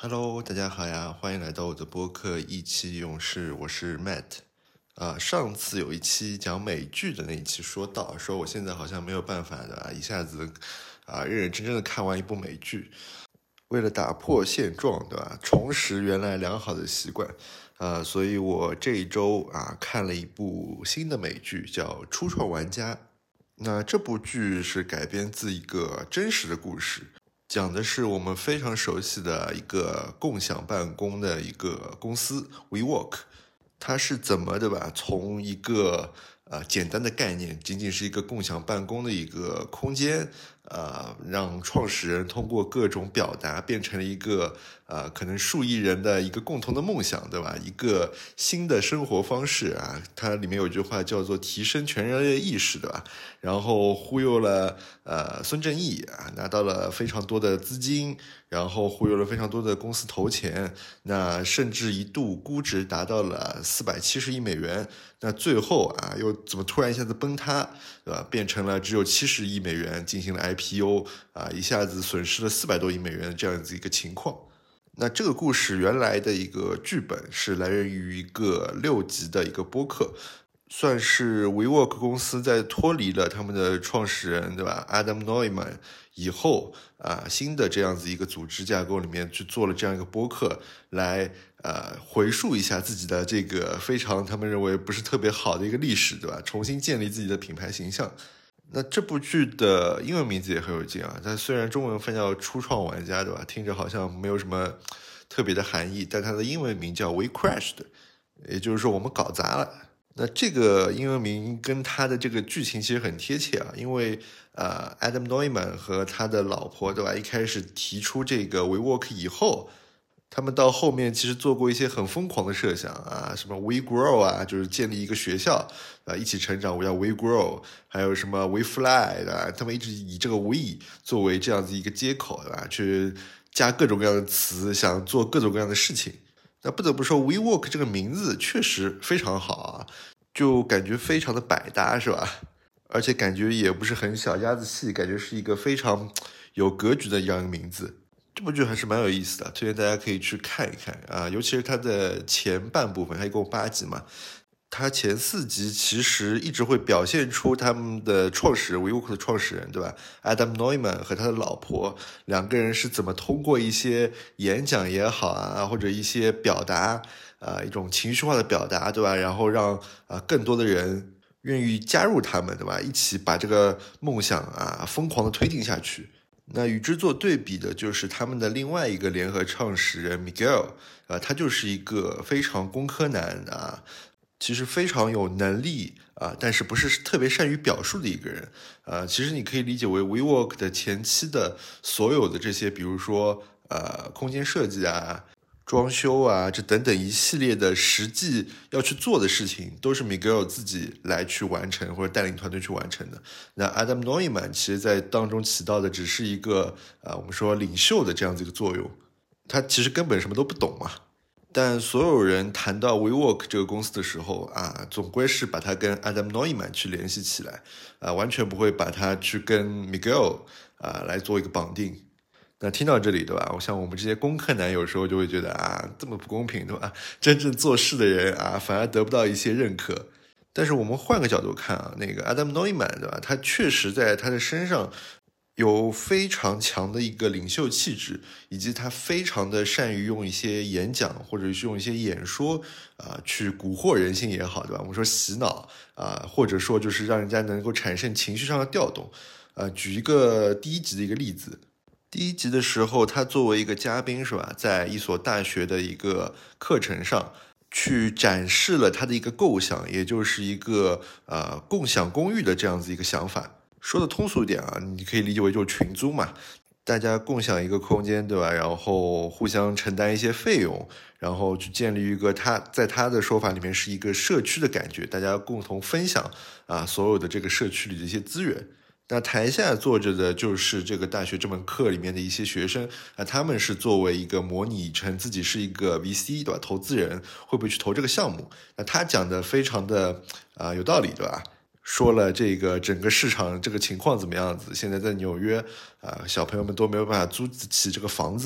Hello，大家好呀，欢迎来到我的播客意气用事，我是 Matt。上次有一期讲美剧的那一期说到，说我现在好像没有办法的一下子认认真真的看完一部美剧。为了打破现状，对吧？重拾原来良好的习惯，所以我这一周看了一部新的美剧，叫《初创玩家》。那这部剧是改编自一个真实的故事，讲的是我们非常熟悉的一个共享办公的一个公司 WeWork，它是怎么对吧？从一个简单的概念，仅仅是一个共享办公的一个空间，让创始人通过各种表达变成了一个可能数亿人的一个共同的梦想，对吧？一个新的生活方式啊，它里面有一句话叫做提升全人类意识，对吧？然后忽悠了孙正义拿到了非常多的资金，然后忽悠了非常多的公司投钱，那甚至一度估值达到了470亿美元，那最后又怎么突然一下子崩塌，对吧？变成了只有70亿美元进行了 IPO，一下子损失了400多亿美元的这样子一个情况。那这个故事原来的一个剧本是来源于一个6集的一个播客，算是 WeWork 公司在脱离了他们的创始人，对吧 Adam Neumann 以后新的这样子一个组织架构里面去做了这样一个播客，来回溯一下自己的这个非常他们认为不是特别好的一个历史，对吧？重新建立自己的品牌形象。那这部剧的英文名字也很有劲它虽然中文翻叫初创玩家，对吧？听着好像没有什么特别的含义，但它的英文名叫 We Crashed， 也就是说我们搞砸了。那这个英文名跟他的这个剧情其实很贴切因为Adam Neumann 和他的老婆，对吧？一开始提出这个 WeWork 以后，他们到后面其实做过一些很疯狂的设想什么 We Grow 就是建立一个学校一起成长，我叫 We Grow， 还有什么 We Fly 他们一直以这个 We 作为这样子一个接口，对吧？去加各种各样的词，想做各种各样的事情。那不得不说 WeWork 这个名字确实非常好就感觉非常的百搭，是吧？而且感觉也不是很小家子气，感觉是一个非常有格局的一样一个名字。这部剧还是蛮有意思的，推荐大家可以去看一看尤其是它的前半部分，它一共8集嘛，它前4集其实一直会表现出他们的创始人 WeWork 的创始人，对吧 Adam Neumann 和他的老婆两个人是怎么通过一些演讲也好或者一些表达一种情绪化的表达，对吧？然后让更多的人愿意加入他们，对吧？一起把这个梦想疯狂的推进下去。那与之做对比的就是他们的另外一个联合创始人 Miguel，他就是一个非常工科男其实非常有能力但是不是特别善于表述的一个人其实你可以理解为 WeWork 的前期的所有的这些，比如说空间设计装修这等等一系列的实际要去做的事情，都是 Miguel 自己来去完成，或者带领团队去完成的。那 Adam Neumann 其实在当中起到的只是一个我们说领袖的这样子一个作用，他其实根本什么都不懂嘛。但所有人谈到 WeWork 这个公司的时候总归是把他跟 Adam Neumann 去联系起来完全不会把他去跟 Miguel 来做一个绑定。那听到这里，对吧？我像我们这些工科男有时候就会觉得这么不公平，对吧？真正做事的人反而得不到一些认可。但是我们换个角度看那个 Adam Neumann， 对吧？他确实在他的身上有非常强的一个领袖气质，以及他非常的善于用一些演讲或者是用一些演说去蛊惑人心也好，对吧？我们说洗脑或者说就是让人家能够产生情绪上的调动举一个第1集的一个例子。第1集的时候，他作为一个嘉宾是吧，在一所大学的一个课程上去展示了他的一个构想，也就是一个共享公寓的这样子一个想法。说的通俗一点你可以理解为就是群租嘛，大家共享一个空间，对吧？然后互相承担一些费用，然后去建立一个在他的说法里面是一个社区的感觉，大家共同分享所有的这个社区里的一些资源。那台下坐着的就是这个大学这门课里面的一些学生他们是作为一个模拟成自己是一个 VC， 对吧？投资人会不会去投这个项目？那他讲的非常的有道理，对吧？说了这个整个市场这个情况怎么样子，现在在纽约小朋友们都没有办法租起这个房子。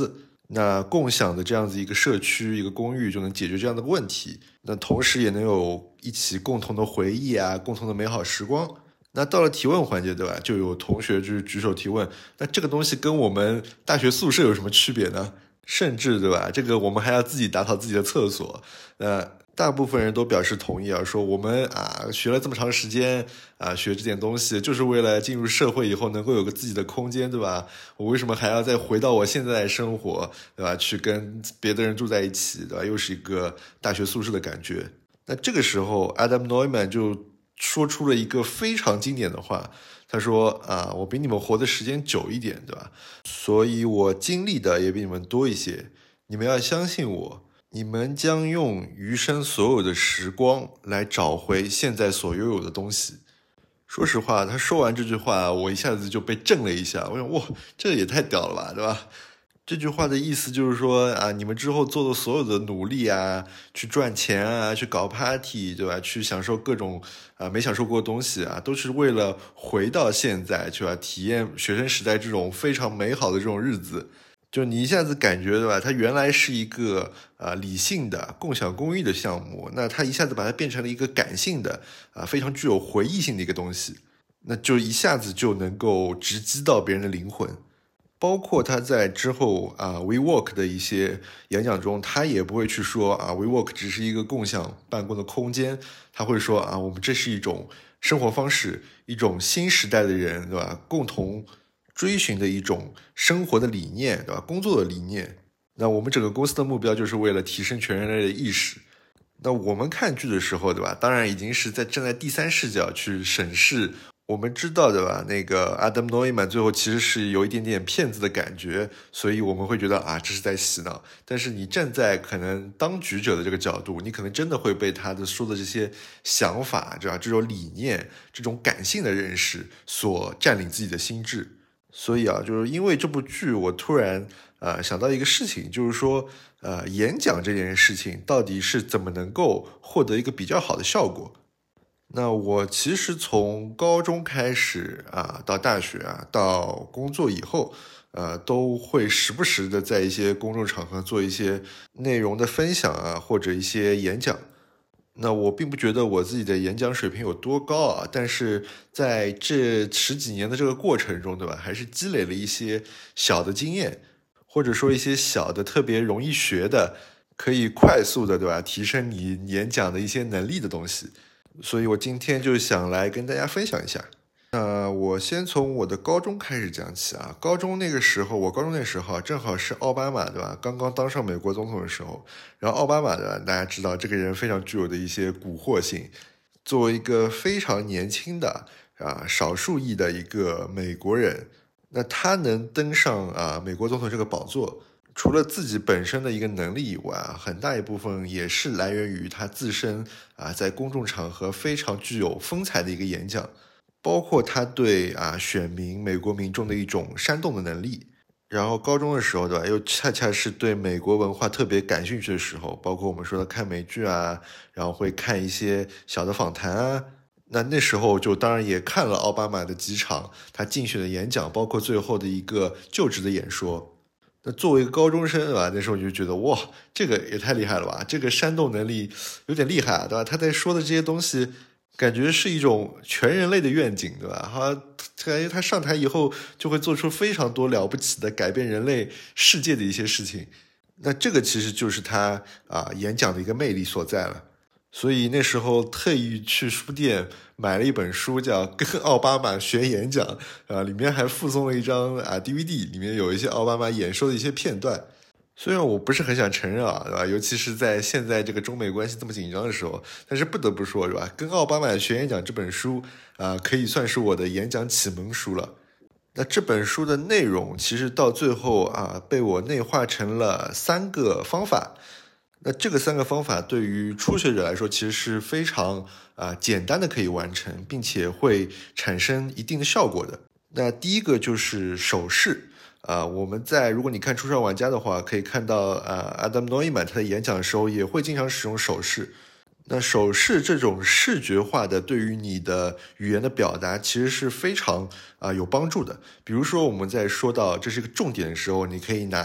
那共享的这样子一个社区、一个公寓就能解决这样的问题。那同时也能有一起共同的回忆啊，共同的美好时光。那到了提问环节，对吧？就有同学就是举手提问，那这个东西跟我们大学宿舍有什么区别呢？甚至对吧？这个我们还要自己打扫自己的厕所。大部分人都表示同意啊，说我们学了这么长时间学这点东西，就是为了进入社会以后能够有个自己的空间，对吧？我为什么还要再回到我现在的生活，对吧？去跟别的人住在一起，对吧？又是一个大学宿舍的感觉。那这个时候 Adam Neumann 就说出了一个非常经典的话，他说我比你们活的时间久一点，对吧？所以我经历的也比你们多一些，你们要相信我，你们将用余生所有的时光来找回现在所拥有的东西。说实话，他说完这句话，我一下子就被震了一下，我想哇，这也太屌了吧，对吧？这句话的意思就是说你们之后做的所有的努力去赚钱去搞 party， 对吧？去享受各种没享受过的东西都是为了回到现在，去体验学生时代这种非常美好的这种日子。就你一下子感觉，对吧？它原来是一个理性的共享公寓的项目，那它一下子把它变成了一个感性的非常具有回忆性的一个东西，那就一下子就能够直击到别人的灵魂。包括他在之后WeWork 的一些演讲中，他也不会去说WeWork 只是一个共享办公的空间，他会说我们这是一种生活方式，一种新时代的人，对吧？共同追寻的一种生活的理念，对吧？工作的理念。那我们整个公司的目标就是为了提升全人类的意识。那我们看剧的时候，对吧？当然已经是站在第三视角去审视。我们知道的吧，那个 Adam Neumann 最后其实是有一点点骗子的感觉，所以我们会觉得这是在洗脑。但是你站在可能当局者的这个角度，你可能真的会被他的说的这些想法，这种理念，这种感性的认识所占领自己的心智。所以就是因为这部剧，我突然想到一个事情，就是说演讲这件事情到底是怎么能够获得一个比较好的效果。那我其实从高中开始到大学到工作以后，都会时不时的在一些公众场合做一些内容的分享或者一些演讲。那我并不觉得我自己的演讲水平有多高但是在这十几年的这个过程中，对吧，还是积累了一些小的经验，或者说一些小的特别容易学的，可以快速的，对吧，提升你演讲的一些能力的东西。所以我今天就想来跟大家分享一下。我先从我的高中开始讲起我高中那个时候正好是奥巴马，对吧，刚刚当上美国总统的时候。然后奥巴马的大家知道，这个人非常具有的一些蛊惑性。作为一个非常年轻的少数裔的一个美国人，那他能登上美国总统这个宝座，除了自己本身的一个能力以外很大一部分也是来源于他自身在公众场合非常具有风采的一个演讲，包括他对选民美国民众的一种煽动的能力。然后高中的时候，对吧，又恰恰是对美国文化特别感兴趣的时候，包括我们说的看美剧然后会看一些小的访谈那时候就当然也看了奥巴马的几场他竞选的演讲，包括最后的一个就职的演说。那作为一个高中生，对吧，那时候你就觉得哇，这个也太厉害了吧，这个煽动能力有点厉害对吧？他在说的这些东西感觉是一种全人类的愿景，对吧？感觉他上台以后就会做出非常多了不起的改变人类世界的一些事情。那这个其实就是他演讲的一个魅力所在了。所以那时候特意去书店买了一本书，叫《跟奥巴马学演讲》里面还附送了一张DVD， 里面有一些奥巴马演说的一些片段。虽然我不是很想承认对吧？尤其是在现在这个中美关系这么紧张的时候，但是不得不说，是吧？跟奥巴马学演讲这本书可以算是我的演讲启蒙书了。那这本书的内容其实到最后被我内化成了3个方法。那这个3个方法对于初学者来说其实是非常简单的可以完成，并且会产生一定的效果的。那第一个就是手势我们如果你看出上玩家的话，可以看到Adam Neumann 他的演讲的时候也会经常使用手势。那手势这种视觉化的对于你的语言的表达其实是非常有帮助的。比如说我们在说到这是一个重点的时候，你可以拿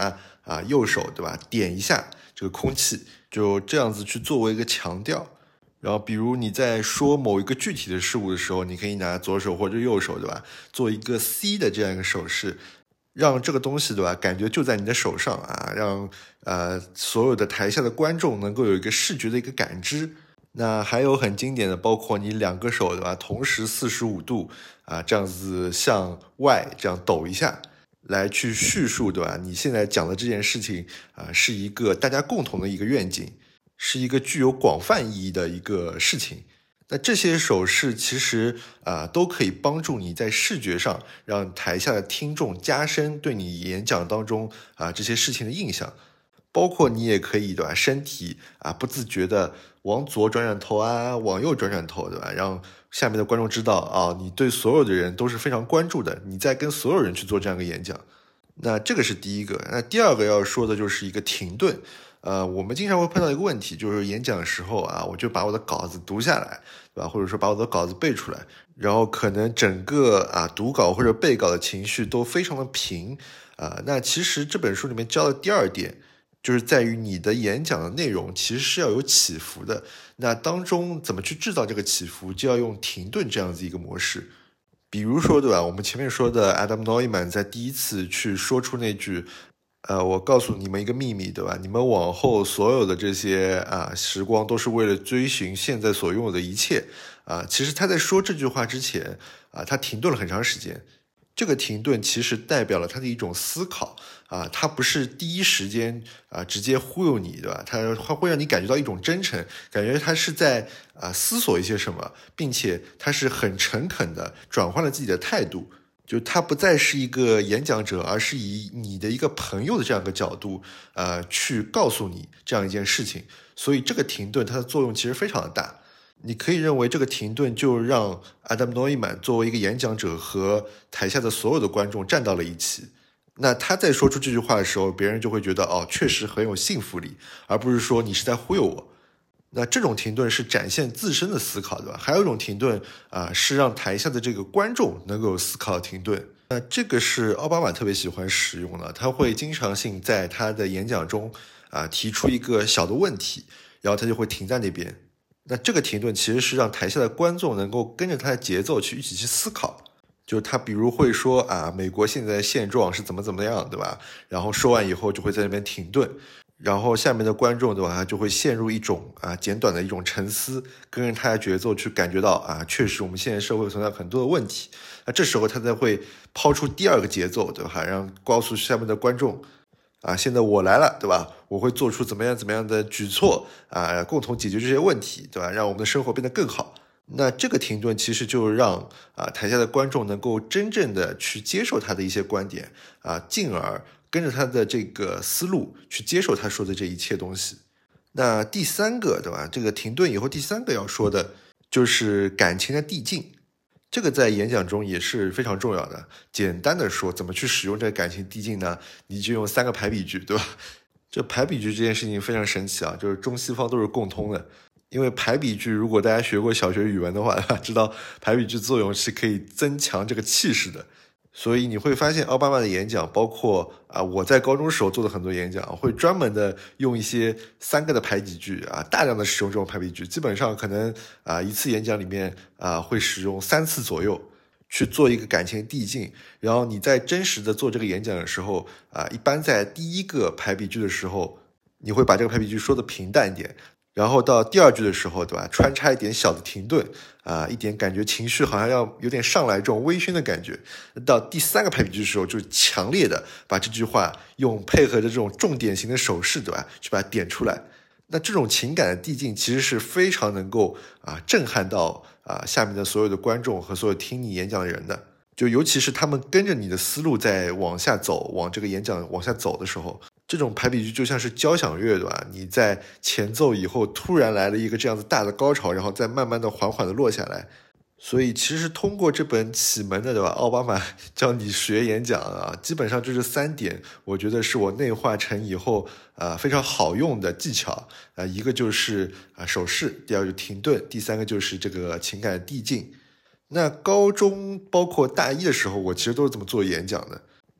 右手对吧，点一下这个空气，就这样子去作为一个强调。然后比如你在说某一个具体的事物的时候，你可以拿左手或者右手对吧，做一个 C 的这样一个手势，让这个东西对吧，感觉就在你的手上让所有的台下的观众能够有一个视觉的一个感知。那还有很经典的，包括你两个手对吧，同时45度这样子向外这样抖一下，来去叙述对吧，你现在讲的这件事情是一个大家共同的一个愿景，是一个具有广泛意义的一个事情。那这些手势其实都可以帮助你在视觉上让台下的听众加深对你演讲当中这些事情的印象。包括你也可以对吧，身体不自觉的往左转转头往右转转头对吧，让下面的观众知道你对所有的人都是非常关注的，你在跟所有人去做这样一个演讲。那这个是第一个。那第二个要说的就是一个停顿。我们经常会碰到一个问题，就是演讲的时候我就把我的稿子读下来，对吧？或者说把我的稿子背出来，然后可能整个读稿或者背稿的情绪都非常的平。那其实这本书里面教的第二点，就是在于你的演讲的内容其实是要有起伏的。那当中怎么去制造这个起伏，就要用停顿这样子一个模式。比如说对吧，我们前面说的 Adam Neumann 在第一次去说出那句我告诉你们一个秘密对吧，你们往后所有的这些时光都是为了追寻现在所拥有的一切其实他在说这句话之前他停顿了很长时间。这个停顿其实代表了他的一种思考他不是第一时间直接忽悠你对吧，他会让你感觉到一种真诚，感觉他是在思索一些什么，并且他是很诚恳的转换了自己的态度，就他不再是一个演讲者，而是以你的一个朋友的这样一个角度去告诉你这样一件事情。所以这个停顿它的作用其实非常的大。你可以认为这个停顿就让 Adam Neumann 作为一个演讲者和台下的所有的观众站到了一起。那他在说出这句话的时候，别人就会觉得确实很有信服力，而不是说你是在忽悠我。那这种停顿是展现自身的思考，对吧？还有一种停顿是让台下的这个观众能够有思考的停顿。那这个是奥巴马特别喜欢使用的，他会经常性在他的演讲中提出一个小的问题，然后他就会停在那边。那这个停顿其实是让台下的观众能够跟着他的节奏去一起去思考。就他比如会说美国现在的现状是怎么怎么样，对吧？然后说完以后就会在那边停顿，然后下面的观众对吧，他就会陷入一种简短的一种沉思，跟着他的节奏去感觉到确实我们现在社会存在很多的问题。那这时候他才会抛出第二个节奏，对吧？让告诉下面的观众现在我来了，对吧？我会做出怎么样的举措共同解决这些问题，对吧？让我们的生活变得更好。那这个停顿其实就让台下的观众能够真正的去接受他的一些观点进而跟着他的这个思路去接受他说的这一切东西。那第三个，对吧？这个停顿以后第三个要说的就是感情的递进。这个在演讲中也是非常重要的。简单的说，怎么去使用这个感情递进呢？你就用3个排比句，对吧？这排比句这件事情非常神奇就是中西方都是共通的。因为排比句，如果大家学过小学语文的话，知道排比句作用是可以增强这个气势的。所以你会发现奥巴马的演讲，包括我在高中时候做的很多演讲，会专门的用一些3个的排比句大量的使用这种排比句，基本上可能一次演讲里面会使用3次左右去做一个感情递进。然后你在真实的做这个演讲的时候一般在第一个排比句的时候，你会把这个排比句说的平淡一点，然后到第2句的时候，对吧，穿插一点小的停顿一点感觉情绪好像要有点上来这种微醺的感觉。到第3个排比句的时候，就强烈的把这句话用配合着这种重点型的手势，对吧，去把它点出来。那这种情感的递进其实是非常能够震撼到下面的所有的观众和所有听你演讲的人的。就尤其是他们跟着你的思路在往下走，往这个演讲往下走的时候，这种排比句就像是交响乐，对吧？你在前奏以后突然来了一个这样子大的高潮，然后再慢慢的缓缓的落下来。所以其实通过这本启蒙的，对吧，奥巴马教你学演讲基本上就是3点，我觉得是我内化成以后非常好用的技巧一个就是手势，第2个停顿，第3个就是这个情感的递进。那高中包括大一的时候，我其实都是这么做演讲的。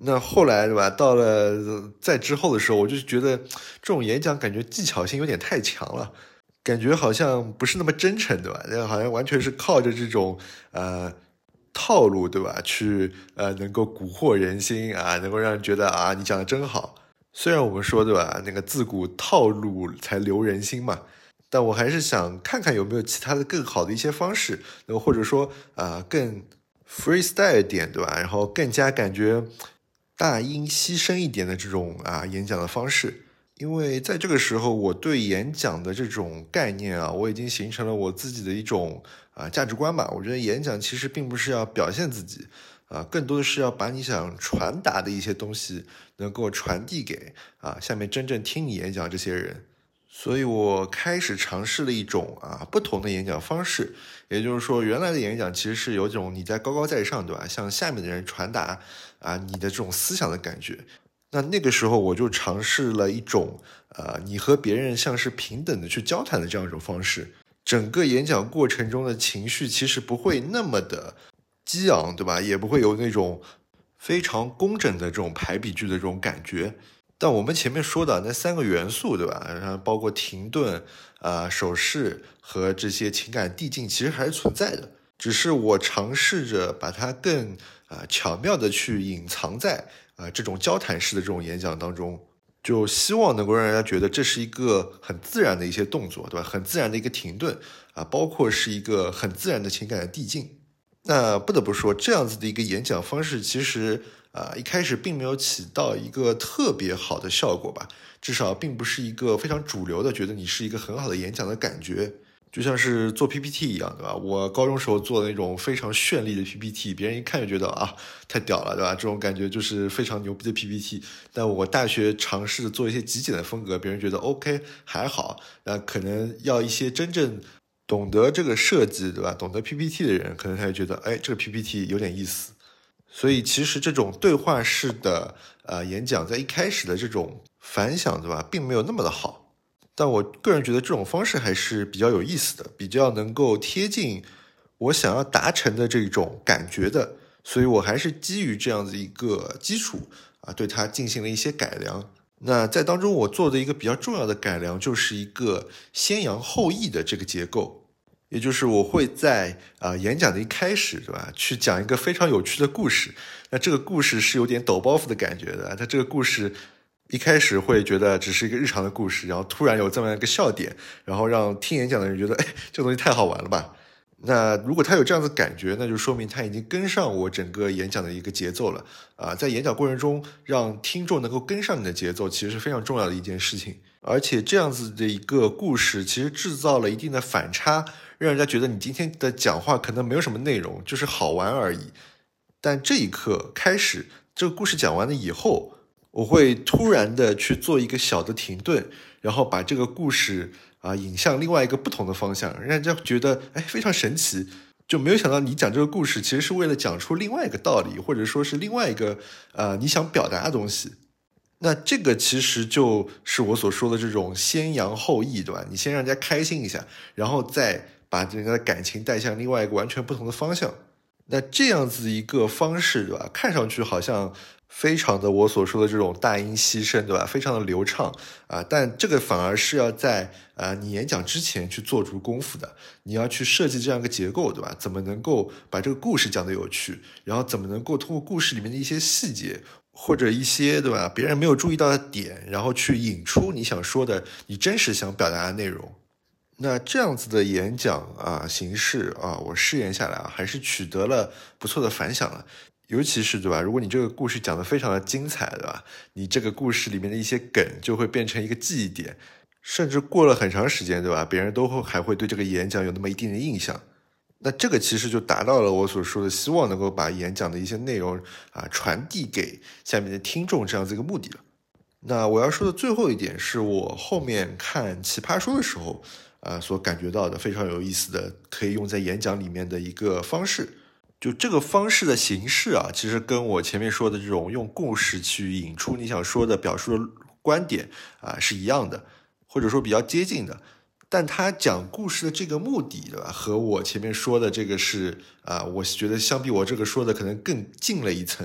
那后来对吧，到了再之后的时候，我就觉得这种演讲感觉技巧性有点太强了，感觉好像不是那么真诚，对吧？好像完全是靠着这种套路，对吧？去能够蛊惑人心啊，能够让人觉得啊你讲的真好。虽然我们说对吧，那个自古套路才留人心嘛，但我还是想看看有没有其他的更好的一些方式，或者说更 freestyle 一点，对吧？然后更加感觉大音希声一点的这种演讲的方式。因为在这个时候，我对演讲的这种概念我已经形成了我自己的一种价值观吧。我觉得演讲其实并不是要表现自己更多的是要把你想传达的一些东西能够传递给下面真正听你演讲这些人。所以我开始尝试了一种不同的演讲方式，也就是说，原来的演讲其实是有种你在高高在上，对吧？向下面的人传达你的这种思想的感觉。那个时候我就尝试了一种你和别人像是平等的去交谈的这样一种方式。整个演讲过程中的情绪其实不会那么的激昂，对吧？也不会有那种非常工整的这种排比句的这种感觉。但我们前面说的那3个元素，对吧？然后包括停顿手势和这些情感递进，其实还是存在的。只是我尝试着把它更巧妙的去隐藏在这种交谈式的这种演讲当中，就希望能够让人家觉得这是一个很自然的一些动作，对吧？很自然的一个停顿包括是一个很自然的情感的递进。那不得不说，这样子的一个演讲方式，其实一开始并没有起到一个特别好的效果吧，至少并不是一个非常主流的觉得你是一个很好的演讲的感觉。就像是做 PPT 一样，对吧？我高中时候做的那种非常绚丽的 PPT，别人一看就觉得太屌了，对吧？这种感觉就是非常牛逼的 PPT。但我大学尝试做一些极简的风格，别人觉得 OK 还好。那可能要一些真正懂得这个设计，对吧？懂得 PPT 的人，可能他会觉得，这个 PPT 有点意思。所以其实这种对话式的演讲，在一开始的这种反响，对吧，并没有那么的好。但我个人觉得这种方式还是比较有意思的，比较能够贴近我想要达成的这种感觉的，所以我还是基于这样子一个基础对它进行了一些改良。那在当中我做的一个比较重要的改良，就是一个先扬后抑的这个结构，也就是我会在演讲的一开始，对吧，去讲一个非常有趣的故事。那这个故事是有点抖包袱的感觉的，它这个故事一开始会觉得只是一个日常的故事，然后突然有这么一个笑点，然后让听演讲的人觉得这东西太好玩了吧。那如果他有这样子感觉，那就说明他已经跟上我整个演讲的一个节奏了在演讲过程中让听众能够跟上你的节奏，其实是非常重要的一件事情。而且这样子的一个故事其实制造了一定的反差，让人家觉得你今天的讲话可能没有什么内容，就是好玩而已。但这一刻开始，这个故事讲完了以后，我会突然的去做一个小的停顿，然后把这个故事引向另外一个不同的方向，让人家觉得非常神奇，就没有想到你讲这个故事其实是为了讲出另外一个道理，或者说是另外一个你想表达的东西。那这个其实就是我所说的这种先扬后抑，对吧？你先让人家开心一下，然后再把人家的感情带向另外一个完全不同的方向。那这样子一个方式，对吧？看上去好像非常的我所说的这种大音希声，对吧？非常的流畅但这个反而是要在你演讲之前去做足功夫的。你要去设计这样一个结构，对吧？怎么能够把这个故事讲得有趣，然后怎么能够通过故事里面的一些细节或者一些，对吧，别人没有注意到的点，然后去引出你想说的，你真实想表达的内容。那这样子的演讲形式我试验下来还是取得了不错的反响了。尤其是，对吧，如果你这个故事讲得非常的精彩，对吧，你这个故事里面的一些梗就会变成一个记忆点，甚至过了很长时间，对吧，别人还会对这个演讲有那么一定的印象。那这个其实就达到了我所说的希望能够把演讲的一些内容传递给下面的听众这样子一个目的了。那我要说的最后一点是我后面看奇葩说的时候所感觉到的非常有意思的可以用在演讲里面的一个方式。就这个方式的形式其实跟我前面说的这种用故事去引出你想说的表述的观点是一样的，或者说比较接近的。但他讲故事的这个目的，对吧，和我前面说的这个是我觉得相比我这个说的可能更近了一层。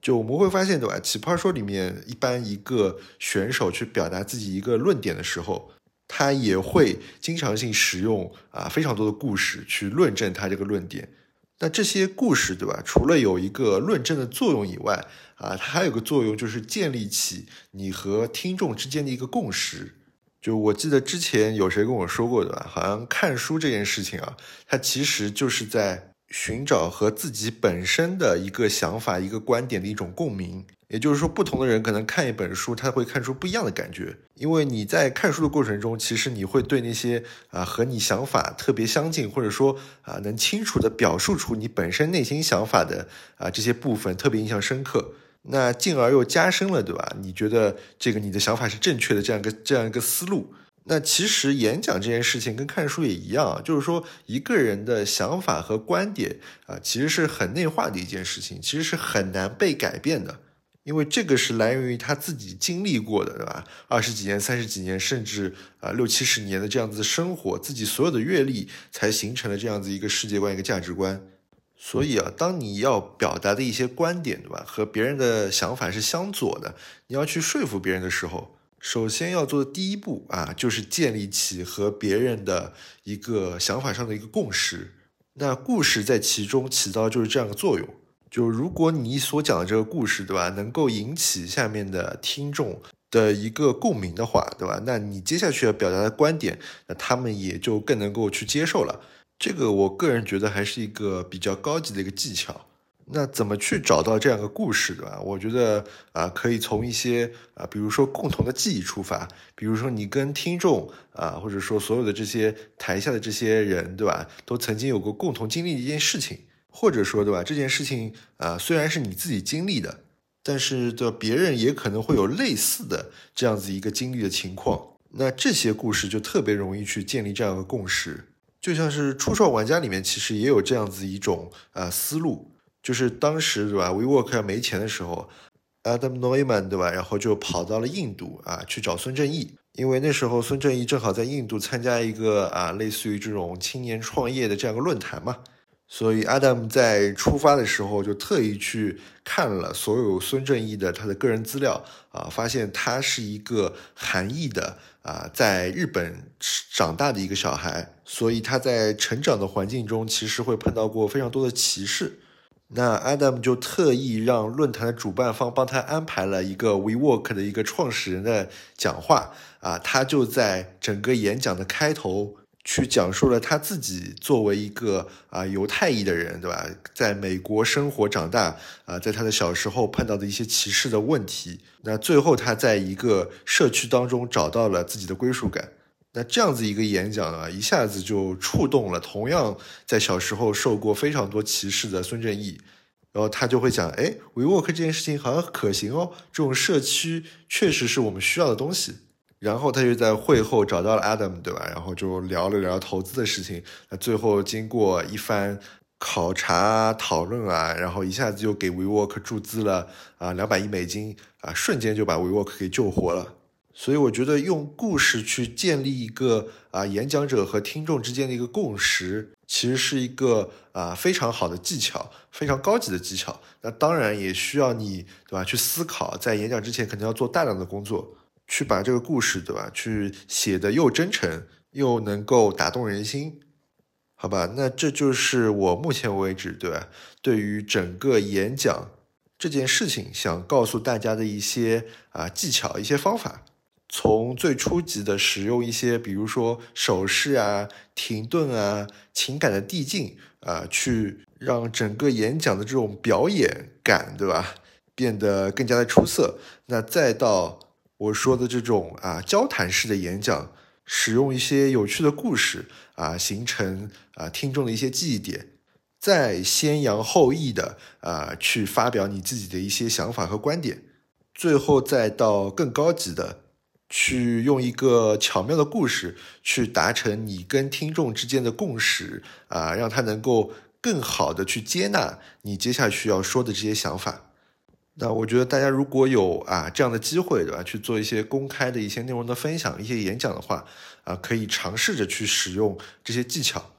就我们会发现，对吧？奇葩说里面，一般一个选手去表达自己一个论点的时候，他也会经常性使用非常多的故事去论证他这个论点。那这些故事，对吧？除了有一个论证的作用以外，它还有个作用就是建立起你和听众之间的一个共识。就我记得之前有谁跟我说过的吧？好像看书这件事情它其实就是在寻找和自己本身的一个想法、一个观点的一种共鸣。也就是说，不同的人可能看一本书，他会看出不一样的感觉。因为你在看书的过程中，其实你会对那些和你想法特别相近，或者说能清楚地表述出你本身内心想法的这些部分特别印象深刻。那进而又加深了，对吧？你觉得这个你的想法是正确的这样一个思路。那其实演讲这件事情跟看书也一样，就是说一个人的想法和观点其实是很内化的一件事情，其实是很难被改变的。因为这个是来源于他自己经历过的，对吧？20几年、30几年，甚至60、70年的这样子的生活，自己所有的阅历才形成了这样子一个世界观、一个价值观。所以当你要表达的一些观点，对吧，和别人的想法是相左的，你要去说服别人的时候，首先要做的第一步就是建立起和别人的一个想法上的一个共识。那故事在其中起到就是这样的作用。就如果你所讲的这个故事，对吧，能够引起下面的听众的一个共鸣的话，对吧，那你接下去要表达的观点，那他们也就更能够去接受了。这个我个人觉得还是一个比较高级的一个技巧。那怎么去找到这样一个故事，对吧？我觉得可以从一些比如说共同的记忆出发，比如说你跟听众或者说所有的这些台下的这些人，对吧，都曾经有过共同经历的一件事情，或者说，对吧，这件事情虽然是你自己经历的，但是对吧，别人也可能会有类似的这样子一个经历的情况。那这些故事就特别容易去建立这样一个共识。就像是出售玩家里面其实也有这样子一种思路，就是当时对吧 WeWork 要没钱的时候 Adam Neumann 对吧，然后就跑到了印度去找孙正义，因为那时候孙正义正好在印度参加一个类似于这种青年创业的这样一个论坛嘛，所以 Adam 在出发的时候就特意去看了所有孙正义的他的个人资料发现他是一个韩裔的在日本长大的一个小孩，所以他在成长的环境中其实会碰到过非常多的歧视。那 Adam 就特意让论坛的主办方帮他安排了一个 WeWork 的一个创始人的讲话他就在整个演讲的开头去讲述了他自己作为一个犹太裔的人，对吧，在美国生活长大在他的小时候碰到的一些歧视的问题。那最后他在一个社区当中找到了自己的归属感。那这样子一个演讲一下子就触动了同样在小时候受过非常多歧视的孙正义，然后他就会讲WeWork 这件事情好像可行这种社区确实是我们需要的东西。然后他就在会后找到了 Adam， 对吧？然后就聊了聊投资的事情。那最后经过一番考察讨论然后一下子就给 WeWork 注资了200亿美金瞬间就把 WeWork 给救活了。所以我觉得用故事去建立一个演讲者和听众之间的一个共识，其实是一个非常好的技巧，非常高级的技巧。那当然也需要你对吧去思考，在演讲之前肯定要做大量的工作，去把这个故事对吧去写得又真诚又能够打动人心。好吧，那这就是我目前为止对吧对于整个演讲这件事情想告诉大家的一些技巧一些方法。从最初级的使用一些比如说手势停顿情感的递进去让整个演讲的这种表演感对吧变得更加的出色。那再到我说的这种交谈式的演讲，使用一些有趣的故事形成听众的一些记忆点，再先扬后抑的去发表你自己的一些想法和观点，最后再到更高级的去用一个巧妙的故事去达成你跟听众之间的共识让他能够更好的去接纳你接下去要说的这些想法。那我觉得大家如果有这样的机会对吧，去做一些公开的一些内容的分享，一些演讲的话可以尝试着去使用这些技巧。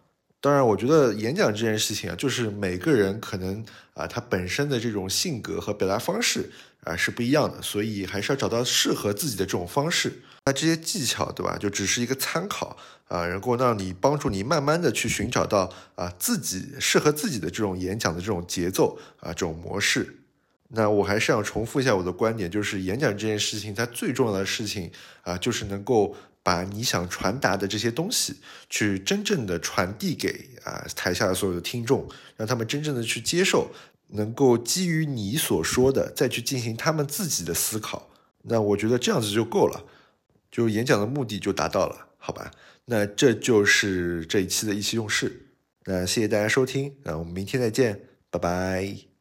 当然，我觉得演讲这件事情啊，就是每个人可能他本身的这种性格和表达方式是不一样的，所以还是要找到适合自己的这种方式。那这些技巧，对吧？就只是一个参考然后让你帮助你慢慢的去寻找到自己适合自己的这种演讲的这种节奏这种模式。那我还是想重复一下我的观点，就是演讲这件事情，它最重要的事情就是能够把你想传达的这些东西，去真正的传递给台下的所有的听众，让他们真正的去接受，能够基于你所说的，再去进行他们自己的思考。那我觉得这样子就够了，就演讲的目的就达到了，好吧？那这就是这一期的意气用事。那谢谢大家收听，那我们明天再见，拜拜。